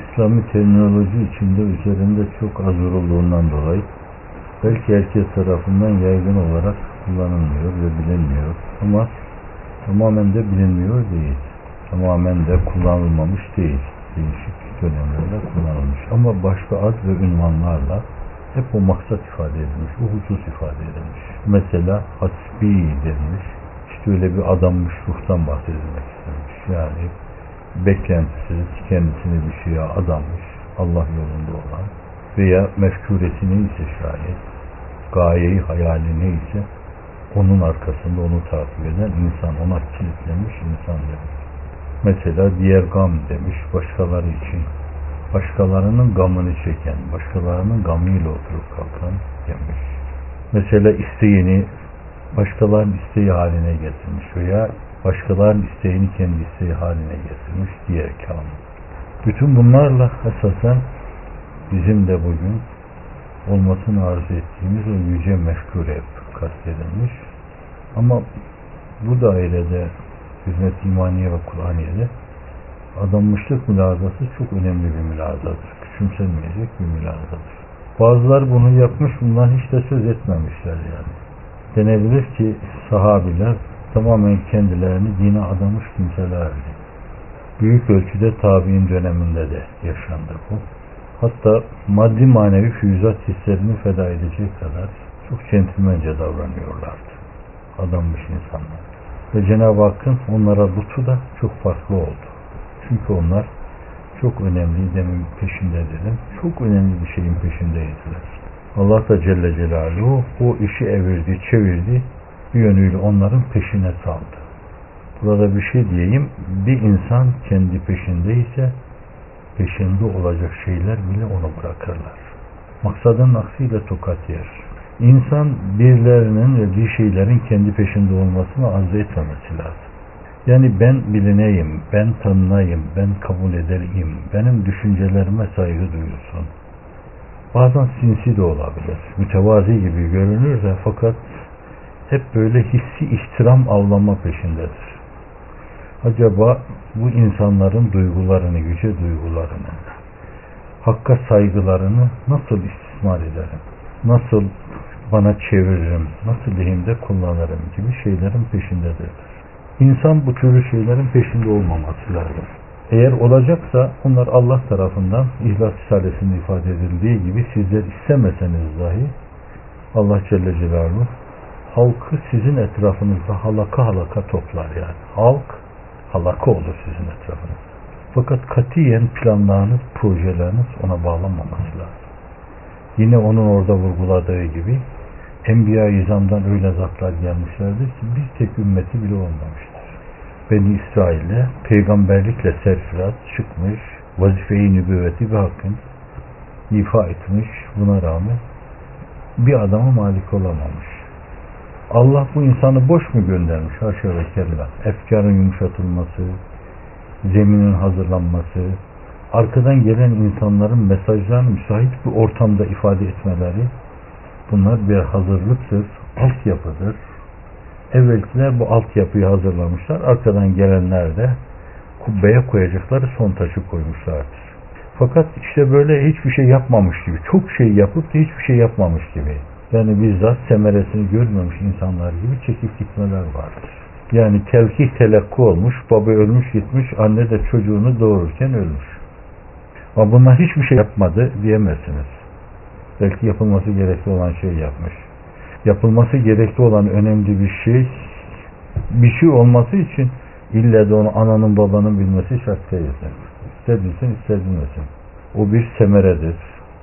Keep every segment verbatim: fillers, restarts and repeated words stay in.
İslami terminoloji içinde üzerinde çok az durulduğundan dolayı belki herkes tarafından yaygın olarak kullanılmıyor ve bilinmiyor. Ama tamamen de bilinmiyor değil. Tamamen de kullanılmamış değil. Değişik dönemlerde kullanılmış. Ama başka ad ve ünvanlarla hep o maksat ifade edilmiş, o husus ifade edilmiş. Mesela hasbi denmiş. İşte öyle bir adanmış ruhtan bahsedilmek istemiş. Yani beklentisiz, kendisini bir şeye adanmış, Allah yolunda olan veya mefkuresi neyse şayet, gayeyi, hayali neyse onun arkasında onu takip eden insan, ona kilitlenmiş insan demiş. Mesela diğer gam demiş, başkaları için, başkalarının gamını çeken, başkalarının gamıyla oturup kalkan demiş. Mesela isteğini başkalarının isteği haline getirmiş veya başkalarının isteğini kendi isteği haline getirmiş diğer kam. Bütün bunlarla esasen bizim de bugün olmasını arzu ettiğimiz o yüce mefkure kastedilmiş. Ama bu dairede hizmet imaniye ve Kur'aniye'de adanmışlık mülazası çok önemli bir mülazadır. Küçümsenmeyecek bir mülazadır. Bazıları bunu yapmış, bundan hiç de söz etmemişler yani. Denebilir ki sahabiler tamamen kendilerini dine adamış kimselerdi. Büyük ölçüde tabi'in döneminde de yaşandı bu. Hatta maddi manevi füyüzat hislerini feda edecek kadar çok centilmence davranıyorlardı. Adanmış insanlar. Ve Cenab-ı Hakk'ın onlara lütfu da çok farklı oldu. Çünkü onlar çok önemli, demin peşinde dedim, çok önemli bir şeyin peşindeydiler. Allah da Celle Celaluhu o işi evirdi, çevirdi, bir yönüyle onların peşine saldı. Burada bir şey diyeyim, bir insan kendi peşindeyse peşinde olacak şeyler bile onu bırakırlar. Maksadın aksiyle tokat yer. İnsan birilerinin ve bir şeylerin kendi peşinde olmasını arzu etmemesi lazım. Yani ben bilineyim, ben tanınayım, ben kabul ederim, benim düşüncelerime saygı duyulsun. Bazen sinsi de olabilir, mütevazi gibi görünür de fakat hep böyle hissi ihtiram avlama peşindedir. Acaba bu insanların duygularını, yüce duygularını, hakka saygılarını nasıl istismar ederim? Nasıl bana çeviririm? Nasıl lehimde kullanırım gibi şeylerin peşindedir. İnsan bu tür şeylerin peşinde olmaması lazım. Eğer olacaksa onlar Allah tarafından İhlas Risalesi'nde ifade edildiği gibi sizler istemeseniz dahi Allah Celle Celaluhu halkı sizin etrafınızda halaka halaka toplar yani. Halk halaka olur sizin etrafınızda. Fakat katiyen planlarınız, projeleriniz ona bağlanmaması lazım. Yine onun orada vurguladığı gibi Enbiya-i İzam'dan öyle zatlar gelmişlerdir ki bir tek ümmeti bile olmamıştır. Beni İsrail'e peygamberlikle serfiraz çıkmış, vazife-i nübüvveti ve hakkın ifa etmiş, buna rağmen bir adama malik olamamış. Allah bu insanı boş mu göndermiş? Haşa ve kella. Efkarın yumuşatılması, zeminin hazırlanması, arkadan gelen insanların mesajlarını müsait bir ortamda ifade etmeleri, bunlar bir hazırlıktır, altyapıdır. Evvelkiler bu altyapıyı hazırlamışlar, arkadan gelenler de kubbeye koyacakları son taşı koymuşlardır. Fakat işte böyle hiçbir şey yapmamış gibi, çok şey yapıp da hiçbir şey yapmamış gibi, yani bizzat semeresini görmemiş insanlar gibi çekip gitmeler vardır. Yani telkih telakki olmuş, baba ölmüş gitmiş, anne de çocuğunu doğururken ölmüş. Ama bunlar hiçbir şey yapmadı diyemezsiniz. Belki yapılması gerekli olan şey yapmış. Yapılması gerekli olan önemli bir şey, bir şey olması için illa da onu ananın babanın bilmesi şart değildir. İster bilsin ister bilmesin. O bir semeredir.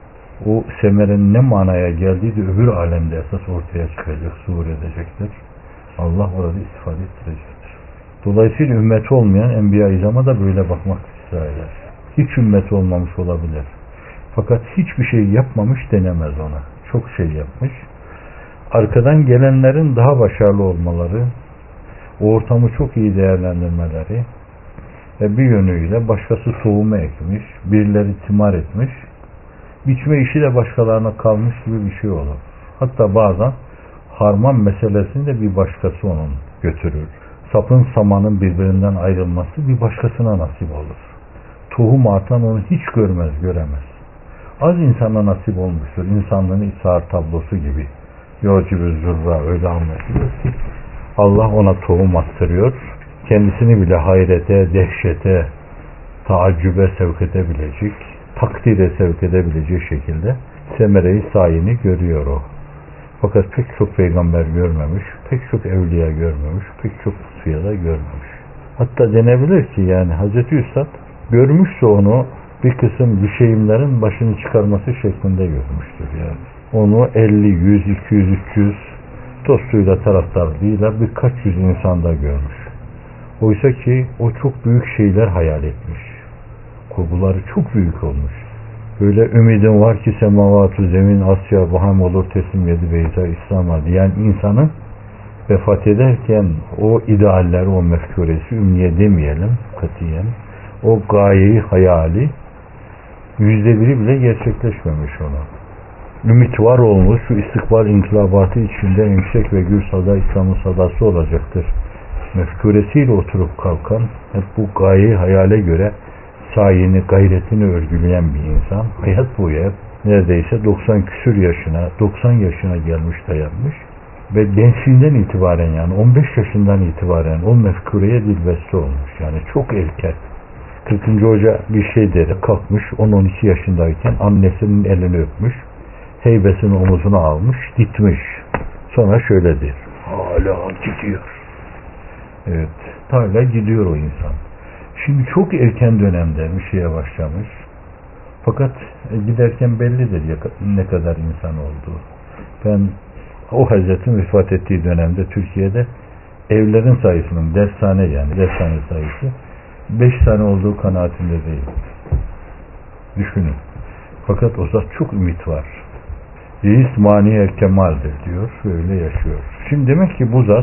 O semerenin ne manaya geldiği de öbür alemde esas ortaya çıkacak, zuhur edecektir. Allah orada istifade ettirecektir. Dolayısıyla ümmeti olmayan Enbiya-i İzam'a da böyle bakmak ısrar eder. Hiç ümmeti olmamış olabilir. Fakat hiçbir şey yapmamış denemez ona. Çok şey yapmış. Arkadan gelenlerin daha başarılı olmaları, o ortamı çok iyi değerlendirmeleri ve bir yönüyle başkası tohumu ekmiş, birileri timar etmiş, biçme işi de başkalarına kalmış gibi bir şey olur. Hatta bazen harman meselesini de bir başkası onun götürür. Sapın samanın birbirinden ayrılması bir başkasına nasip olur. tohum atan onu hiç görmez, göremez. Az insana nasip olmuştur. İnsanlığın İshar tablosu gibi. Yocib-i Zürra öyle anlatılır ki Allah ona tohum attırıyor. Kendisini bile hayrete, dehşete, taaccübe sevk edebilecek, takdire sevk edebileceği şekilde semere-i sayini görüyor o. Fakat pek çok peygamber görmemiş, pek çok evliya görmemiş, pek çok kutuya da görmemiş. Hatta denebilir ki yani Hazreti Üstad görmüşse onu bir kısım düşeyimlerin başını çıkarması şeklinde görmüştür yani. Onu elli, yüz, iki yüz, üç yüz dostuyla taraftarlığıyla birkaç yüz insanda görmüş. Oysa ki o çok büyük şeyler hayal etmiş. Kurguları çok büyük olmuş. Böyle ümidim var ki semavatü zemin Asya baham olur teslim yedi beyza İslam'a diyen insanın vefat ederken o idealler, o mefkuresi, ümniye demeyelim katiyen, o gayeyi, hayali yüzde biri bile gerçekleşmemiş ona. Ümit var olmuş, şu istikbal inkılabatı içinde yüksek ve gür sada İslam'ın sadası olacaktır. Mefkuresiyle oturup kalkan, hep bu gayeyi hayale göre sayini, gayretini örgüleyen bir insan, hayat boyu hep neredeyse doksan küsür yaşına, doksan yaşına gelmiş dayanmış ve gençliğinden itibaren yani on beş yaşından itibaren o mefkureye dilbeste olmuş. Yani çok erken. kırkıncı Hoca bir şey dedi, kalkmış on on iki yaşındayken annesinin elini öpmüş, heybesini omuzuna almış, gitmiş. Sonra şöyle der, hala gidiyor. Evet, hala gidiyor o insan. Şimdi çok erken dönemde bir şeye başlamış. Fakat giderken bellidir ya ne kadar insan olduğu. Ben o Hazretin vefat ettiği dönemde Türkiye'de evlerin sayısının dershane yani dershane sayısı beş tane olduğu kanaatinde değil. Düşünün. Fakat o zat çok ümit var. Reis mani kemaldir diyor. Böyle yaşıyor. Şimdi demek ki bu zat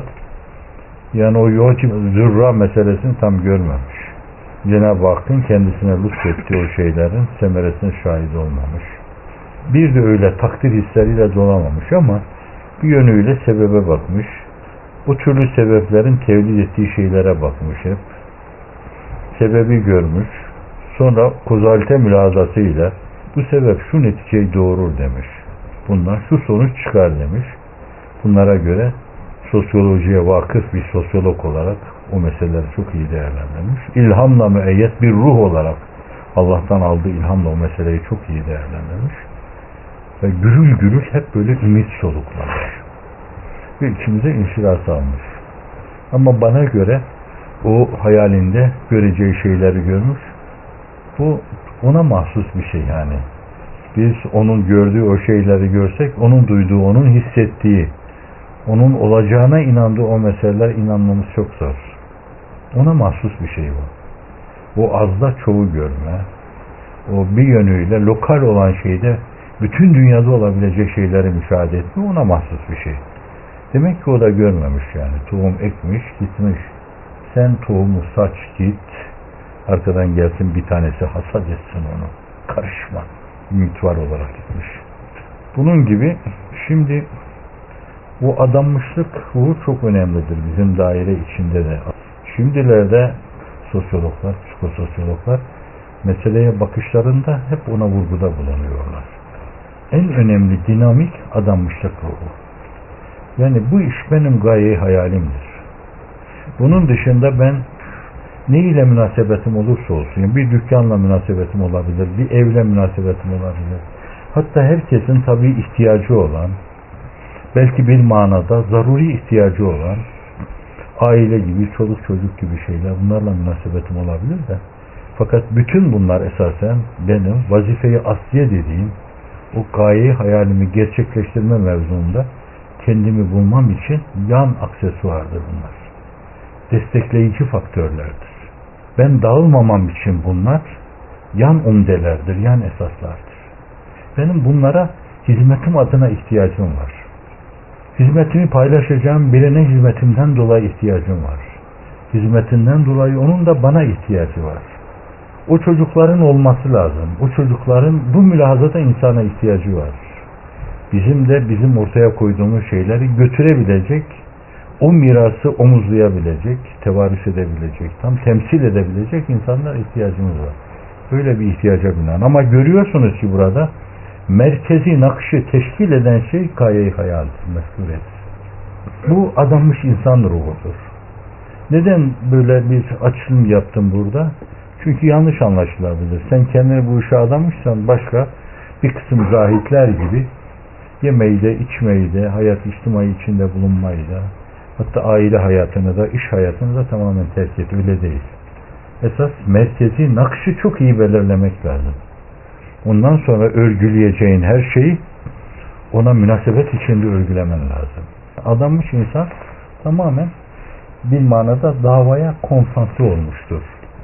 yani o Yocib-i Zürra meselesini tam görmemiş. Cenab-ı Hakk'ın kendisine lütfettiği o şeylerin semeresine şahit olmamış. Bir de öyle takdir hisleriyle dolamamış ama bir yönüyle sebebe bakmış. Bu türlü sebeplerin tevlid ettiği şeylere bakmış hep. Sebebi görmüş. Sonra kozalite mülazasıyla bu sebep şu neticeyi doğurur demiş. Bundan şu sonuç çıkar demiş. Bunlara göre sosyolojiye vakıf bir sosyolog olarak o meseleleri çok iyi değerlendirmiş. İlhamla müeyyet bir ruh olarak Allah'tan aldığı ilhamla o meseleyi çok iyi değerlendirmiş. Ve gürül gürül hep böyle ümit soluklamış. Ve içimize inşirat almış. Ama bana göre o hayalinde göreceği şeyleri görmüş. Bu ona mahsus bir şey yani. Biz onun gördüğü o şeyleri görsek, onun duyduğu, onun hissettiği, onun olacağına inandığı o meseleler inanmamız çok zor. Ona mahsus bir şey bu. O azda çoğu görme, o bir yönüyle lokal olan şeyde bütün dünyada olabilecek şeyleri müşahede etme ona mahsus bir şey. Demek ki o da görmemiş yani. Tohum ekmiş, gitmiş. Sen tohumu saç git, arkadan gelsin bir tanesi hasat etsin onu. Karışma. Ümit var olarak gitmiş. Bunun gibi şimdi bu adanmışlık ruhu çok önemlidir bizim daire içinde de. Şimdilerde sosyologlar, psikososyologlar meseleye bakışlarında hep ona vurguda bulunuyorlar. En önemli dinamik adanmışlık ruhu. Yani bu iş benim gaye hayalimdir. Bunun dışında ben ne ile münasebetim olursa olsun, yani bir dükkanla münasebetim olabilir, bir evle münasebetim olabilir. Hatta herkesin tabii ihtiyacı olan, belki bir manada zaruri ihtiyacı olan aile gibi, çoluk çocuk gibi şeyler, bunlarla münasebetim olabilir de. Fakat bütün bunlar esasen benim vazife-i asliye dediğim o gaye hayalimi gerçekleştirme mevzuunda kendimi bulmam için yan aksesuardır bunlar. Destekleyici faktörlerdir. Ben dağılmamam için bunlar yan umdelerdir, yan esaslardır. Benim bunlara hizmetim adına ihtiyacım var. Hizmetimi paylaşacağım birine hizmetimden dolayı ihtiyacım var. Hizmetinden dolayı onun da bana ihtiyacı var. O çocukların olması lazım. O çocukların bu mülahazada insana ihtiyacı var. Bizim de bizim ortaya koyduğumuz şeyleri götürebilecek, o mirası omuzlayabilecek, tevarüs edebilecek, tam temsil edebilecek insanlar ihtiyacımız var. Öyle bir ihtiyaca binaen. Ama görüyorsunuz ki burada merkezi nakşı teşkil eden şey gaye-i hayaldir, mefkuredir. Bu adanmış insan ruhudur. Neden böyle bir açılım yaptım burada? Çünkü yanlış anlaşılabilir. Sen kendini bu işe adamışsan başka bir kısım zahitler gibi yemeği de, içmeyi de, hayat içtimai içinde bulunmayı da, hatta aile hayatını da, iş hayatını da tamamen terk et. Öyle değil. Esas merkezi nakşı çok iyi belirlemek lazım. Ondan sonra örgüleyeceğin her şeyi ona münasebet içinde örgülemen lazım. Adanmış insan tamamen bir manada davaya konsantre olmuştur.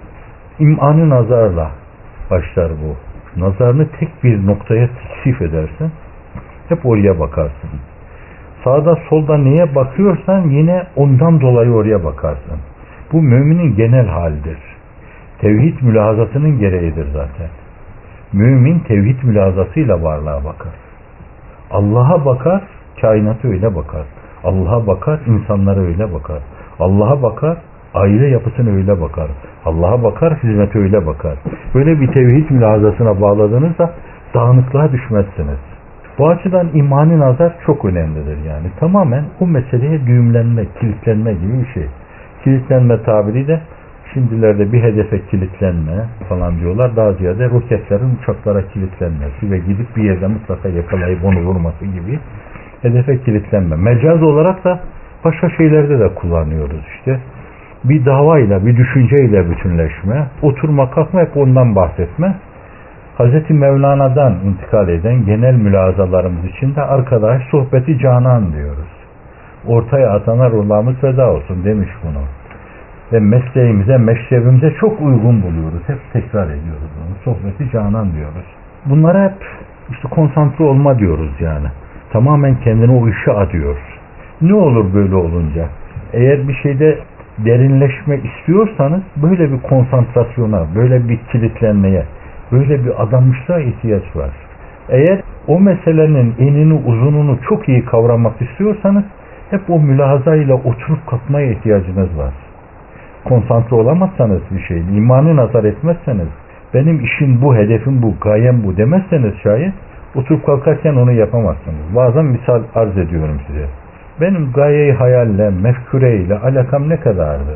İm'anı nazarla başlar bu. Nazarını tek bir noktaya teksif edersin. Hep oraya bakarsın. Sağda solda neye bakıyorsan yine ondan dolayı oraya bakarsın. Bu müminin genel halidir. Tevhid mülahazasının gereğidir zaten. Mümin tevhid mülahazasıyla varlığa bakar. Allah'a bakar, kainata öyle bakar. Allah'a bakar, insanlara öyle bakar. Allah'a bakar, aile yapısına öyle bakar. Allah'a bakar, hizmete öyle bakar. Böyle bir tevhid mülahazasına bağladığınızda dağınıklığa düşmezsiniz. Bu açıdan imani nazar çok önemlidir yani. Tamamen o meseleye düğümlenme, kilitlenme gibi bir şey. Kilitlenme tabiri de şimdilerde bir hedefe kilitlenme falan diyorlar. Daha ziyade roketlerin uçaklara kilitlenmesi ve gidip bir yerde mutlaka yakalayıp onu vurması gibi hedefe kilitlenme. Mecaz olarak da başka şeylerde de kullanıyoruz işte. Bir davayla, bir düşünceyle bütünleşme, oturma kalkma hep ondan bahsetme. Hazreti Mevlana'dan intikal eden genel mülazalarımız için de arkadaş sohbeti canan diyoruz. Ortaya atana ruhlarımız feda olsun demiş bunu. Ve mesleğimize, meşrebimize çok uygun buluyoruz. Hep tekrar ediyoruz bunu. Sohbeti canan diyoruz. Bunlara hep işte konsantre olma diyoruz yani. Tamamen kendini o işe adıyor. Ne olur böyle olunca? Eğer bir şeyde derinleşme istiyorsanız böyle bir konsantrasyona, böyle bir kilitlenmeye, böyle bir adanmışlığa ihtiyaç var. Eğer o meselenin enini uzununu çok iyi kavramak istiyorsanız hep o mülahazayla oturup kalkmaya ihtiyacınız var. Konsantre olamazsanız bir şeyin, imanı nazar etmezseniz, benim işim bu, hedefim bu, gayem bu demezseniz şayet oturup kalkarken onu yapamazsınız. Bazen misal arz ediyorum size. Benim gaye-i hayalle, mefkureyle alakam ne kadardır?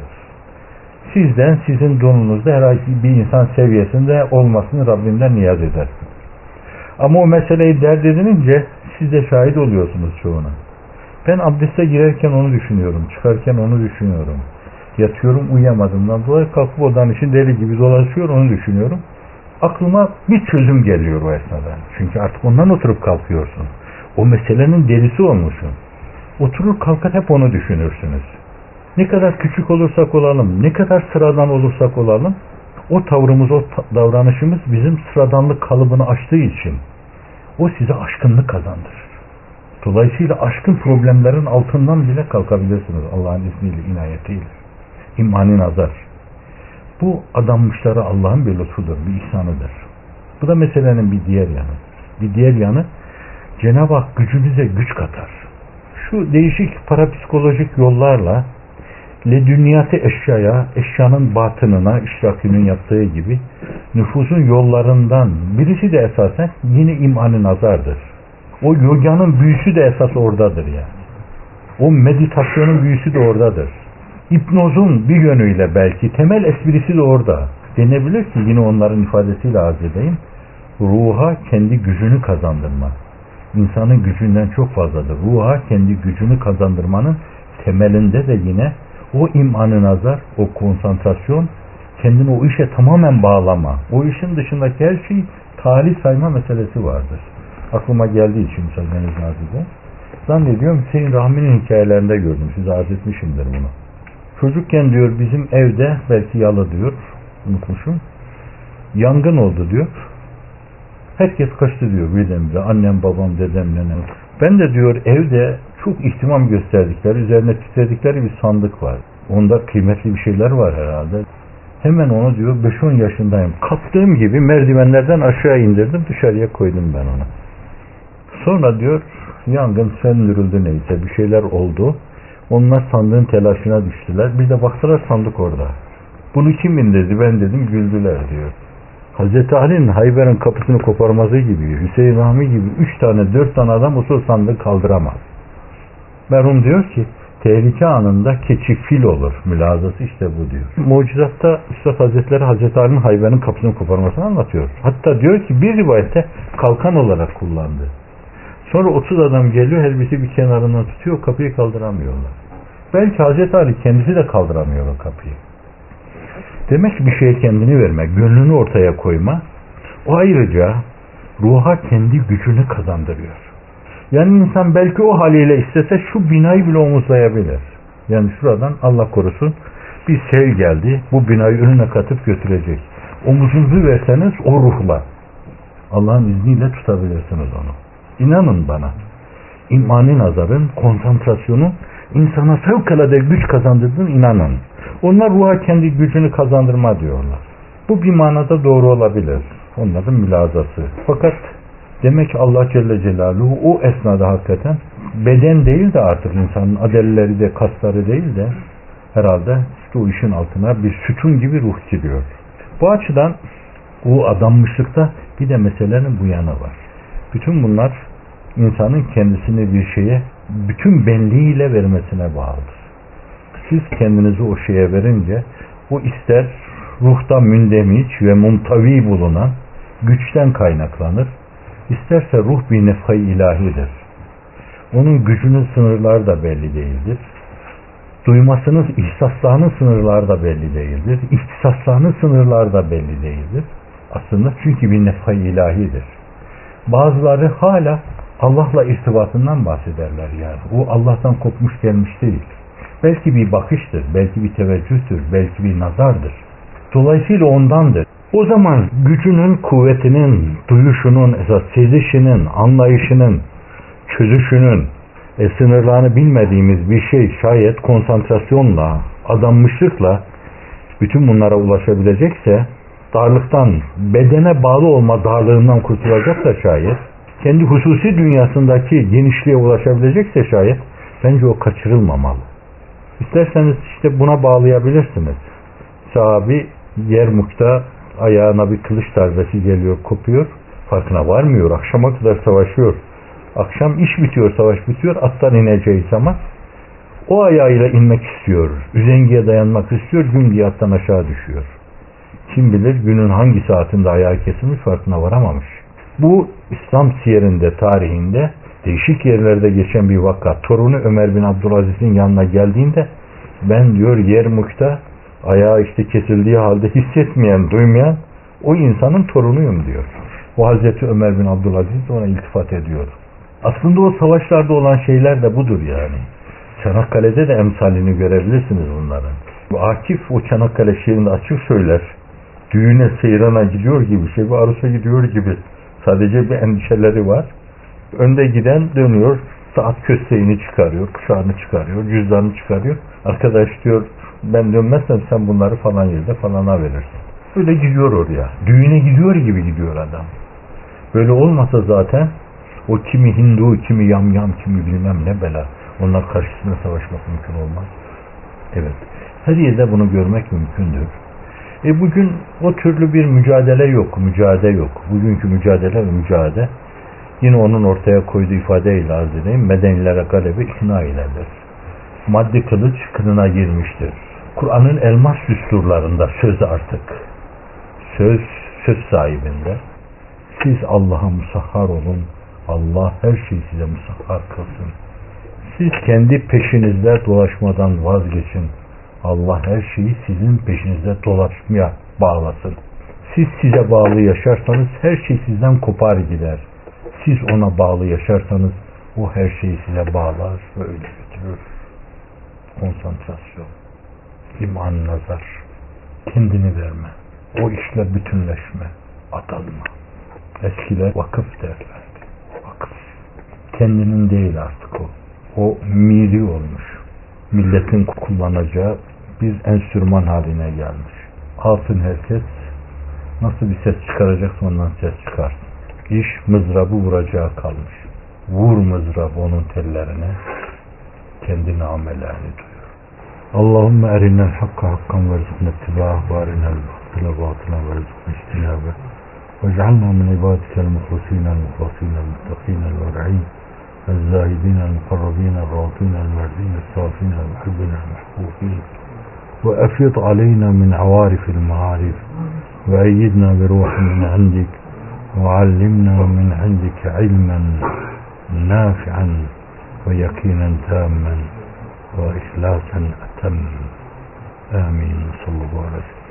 Sizden, sizin donunuzda herhangi bir insan seviyesinde olmasını Rabbimden niyaz edersin. Ama o meseleyi dert edinince siz de şahit oluyorsunuz çoğuna. Ben abdeste girerken onu düşünüyorum, çıkarken onu düşünüyorum. Yatıyorum uyuyamadığımdan dolayı kalkıp odanın için deli gibi dolaşıyor, onu düşünüyorum. Aklıma bir çözüm geliyor o esnada. Çünkü artık ondan oturup kalkıyorsun. O meselenin delisi olmuşsun. Oturur kalkar hep onu düşünürsünüz. Ne kadar küçük olursak olalım, ne kadar sıradan olursak olalım, o tavrımız, o davranışımız bizim sıradanlık kalıbını aştığı için o size aşkınlık kazandırır. Dolayısıyla aşkın problemlerin altından bile kalkabilirsiniz Allah'ın izniyle, inayetiyle. İmani nazar. Bu adanmışlara Allah'ın bir lütfudur, bir ihsanıdır. Bu da meselenin bir diğer yanı. Bir diğer yanı Cenab-ı Hak gücünüze güç katar. Şu değişik parapsikolojik yollarla ledünniyatı eşyaya, eşyanın batınına, işrakinin yaptığı gibi nüfusun yollarından birisi de esasen yine imani nazardır. O yoganın büyüsü de esas oradadır yani. O meditasyonun büyüsü de oradadır. Hipnozun bir yönüyle belki temel esprisi de orada. Denebilir ki yine onların ifadesiyle arz edeyim. Ruha kendi gücünü kazandırma. İnsanın gücünden çok fazladır. Ruha kendi gücünü kazandırmanın temelinde de yine o imanı nazar, o konsantrasyon, kendini o işe tamamen bağlama. O işin dışındaki her şeyi talih sayma meselesi vardır. Aklıma geldiği için müsaadeniz nazide. Zannediyorum Hüseyin Rahmi'nin hikayelerinde gördüm. Size arz etmişimdir bunu. Çocukken diyor bizim evde, belki yalı diyor, unutmuşum, yangın oldu diyor. Herkes kaçtı diyor birdenbire. Annem, babam, dedem, nenem. Ben de diyor evde çok ihtimam gösterdikleri, üzerine titredikleri bir sandık var. Onda kıymetli bir şeyler var herhalde. Hemen onu diyor beş on yaşındayım. Kalktığım gibi merdivenlerden aşağı indirdim, dışarıya koydum ben onu. Sonra diyor yangın söndürüldü neyse, bir şeyler oldu. Onlar sandığın telaşına düştüler. Bir de baktılar sandık orada. Bunu kim indirdi? Ben dedim, güldüler diyor. Hazreti Ali'nin Hayber'in kapısını koparması gibi, Hüseyin Rahmi gibi üç tane, dört tane adam usul sandığı kaldıramaz. Merhum diyor ki, tehlike anında keçi fil olur. Mülazası işte bu diyor. Mucizatta Üstad Hazretleri Hazreti Ali'nin Hayber'in kapısını koparmasını anlatıyor. Hatta diyor ki bir rivayette kalkan olarak kullandı. Sonra otuz adam geliyor, elbise bir kenarından tutuyor, kapıyı kaldıramıyorlar. Belki Hazreti Ali kendisi de kaldıramıyor o kapıyı. Demek ki bir şeye kendini verme, gönlünü ortaya koyma, o ayrıca ruha kendi gücünü kazandırıyor. Yani insan belki o haliyle istese şu binayı bile omuzlayabilir. Yani şuradan Allah korusun bir sel geldi, bu binayı önüne katıp götürecek. Omuzunuzu verseniz o ruhla Allah'ın izniyle tutabilirsiniz onu. İnanın bana, imani nazarın, konsantrasyonun insana fevkalade güç kazandırdığını inanın. Onlar ruha kendi gücünü kazandırma diyorlar. Bu bir manada doğru olabilir. Onların mülazası. Fakat demek ki Allah Celle Celaluhu o esnada hakikaten beden değil de artık insanın adelleri de kasları değil de herhalde işte o işin altına bir sütun gibi ruh giriyor. Bu açıdan o adanmışlıkta bir de meselenin bu yanı var. Bütün bunlar insanın kendisini bir şeye bütün benliğiyle vermesine bağlıdır. Siz kendinizi o şeye verince o ister ruhta mündemiç ve mumtavi bulunan güçten kaynaklanır. İsterse ruh bir nefhay ilahidir. Onun gücünün sınırları da belli değildir. Duymasının, ihsaslarının sınırları da belli değildir. İhtisaslarının sınırları da belli değildir. Aslında çünkü bir nefhay ilahidir. Bazıları hala Allah'la irtibatından bahsederler yani. O Allah'tan kopmuş gelmiş değil. Belki bir bakıştır, belki bir teveccühtür, belki bir nazardır. Dolayısıyla ondandır. O zaman gücünün, kuvvetinin, duyuşunun, esas sezişinin, anlayışının, çözüşünün e, sınırlarını bilmediğimiz bir şey şayet konsantrasyonla, adanmışlıkla bütün bunlara ulaşabilecekse, darlıktan, bedene bağlı olma darlığından kurtulacaksa şayet, kendi hususi dünyasındaki genişliğe ulaşabilecekse şayet, bence o kaçırılmamalı. İsterseniz işte buna bağlayabilirsiniz. Sahabi Yermuk'ta ayağına bir kılıç darbesi geliyor, kopuyor. Farkına varmıyor. Akşama kadar savaşıyor. Akşam iş bitiyor, savaş bitiyor. Attan ineceği zaman o ayağıyla inmek istiyor. Üzengiye dayanmak istiyor. Gün diye attan aşağı düşüyor. Kim bilir günün hangi saatinde ayağı kesilmiş, farkına varamamış. Bu İslam siyerinde, tarihinde değişik yerlerde geçen bir vaka. Torunu Ömer bin Abdülaziz'in yanına geldiğinde ben diyor Yermuk'ta ayağı işte kesildiği halde hissetmeyen, duymayan o insanın torunuyum diyor. O Hazreti Ömer bin Abdülaziz ona iltifat ediyor. Aslında o savaşlarda olan şeyler de budur yani. Çanakkale'de de emsalini görebilirsiniz bunların. Bu Akif o Çanakkale şiirinde açık söyler. Düğüne seyrana gidiyor gibi, şey bu arusa gidiyor gibi. Sadece bir endişeleri var. Önde giden dönüyor, saat kösteğini çıkarıyor, kuşağını çıkarıyor, cüzdanını çıkarıyor. Arkadaş diyor, ben dönmezsem sen bunları falan yerde falana verirsin. Öyle gidiyor oraya. Düğüne gidiyor gibi gidiyor adam. Böyle olmasa zaten o kimi Hindu, kimi yamyam, kimi bilmem ne bela. Onlar karşısında savaşmak mümkün olmaz. Evet. Her yerde bunu görmek mümkündür. E bugün o türlü bir mücadele yok, mücadele yok. Bugünkü mücadele ve mücadele yine onun ortaya koyduğu ifadeyle arz edeyim. Medenilere galebi ikna iledir. Maddi kılıç kınına girmiştir. Kur'an'ın elmas düsturlarında söz artık. Söz, söz sahibinde. Siz Allah'a musahhar olun. Allah her şeyi size musahhar kılsın. Siz kendi peşinizde dolaşmadan vazgeçin. Allah her şeyi sizin peşinizde dolaşmaya bağlasın. Siz size bağlı yaşarsanız her şey sizden kopar gider. Siz ona bağlı yaşarsanız o her şeyi size bağlar ve öyle götürür. Konsantrasyon, iman, nazar, kendini verme, o işle bütünleşme, adanma. Eskiler vakıf derlerdi. Vakıf. Kendinin değil artık o. O miri olmuş. Milletin kullanacağı bir enstrüman haline gelmiş. Alsın herkes, nasıl bir ses çıkaracaksa ondan ses çıkarsın. İş mızrabı vuracağı kalmış. Vur mızrabı onun tellerine, kendi namelerini duyur. اللهم أرنا الحق حقا وارزقنا اتباعه وأرنا الباطل باطلا وارزقنا اجتنابه واجعلنا من عبادك المخلصين المخلصين المتقين الورعين الزاهدين المقربين الراضين المرضين الصافين المحبين المحبوبين وأفيض علينا من عوارف المعارف وأيدنا بروح من عندك وعلمنا من عندك علما نافعا ويقينا تاما وإخلاصا أتم آمين صلى الله عليه وسلم.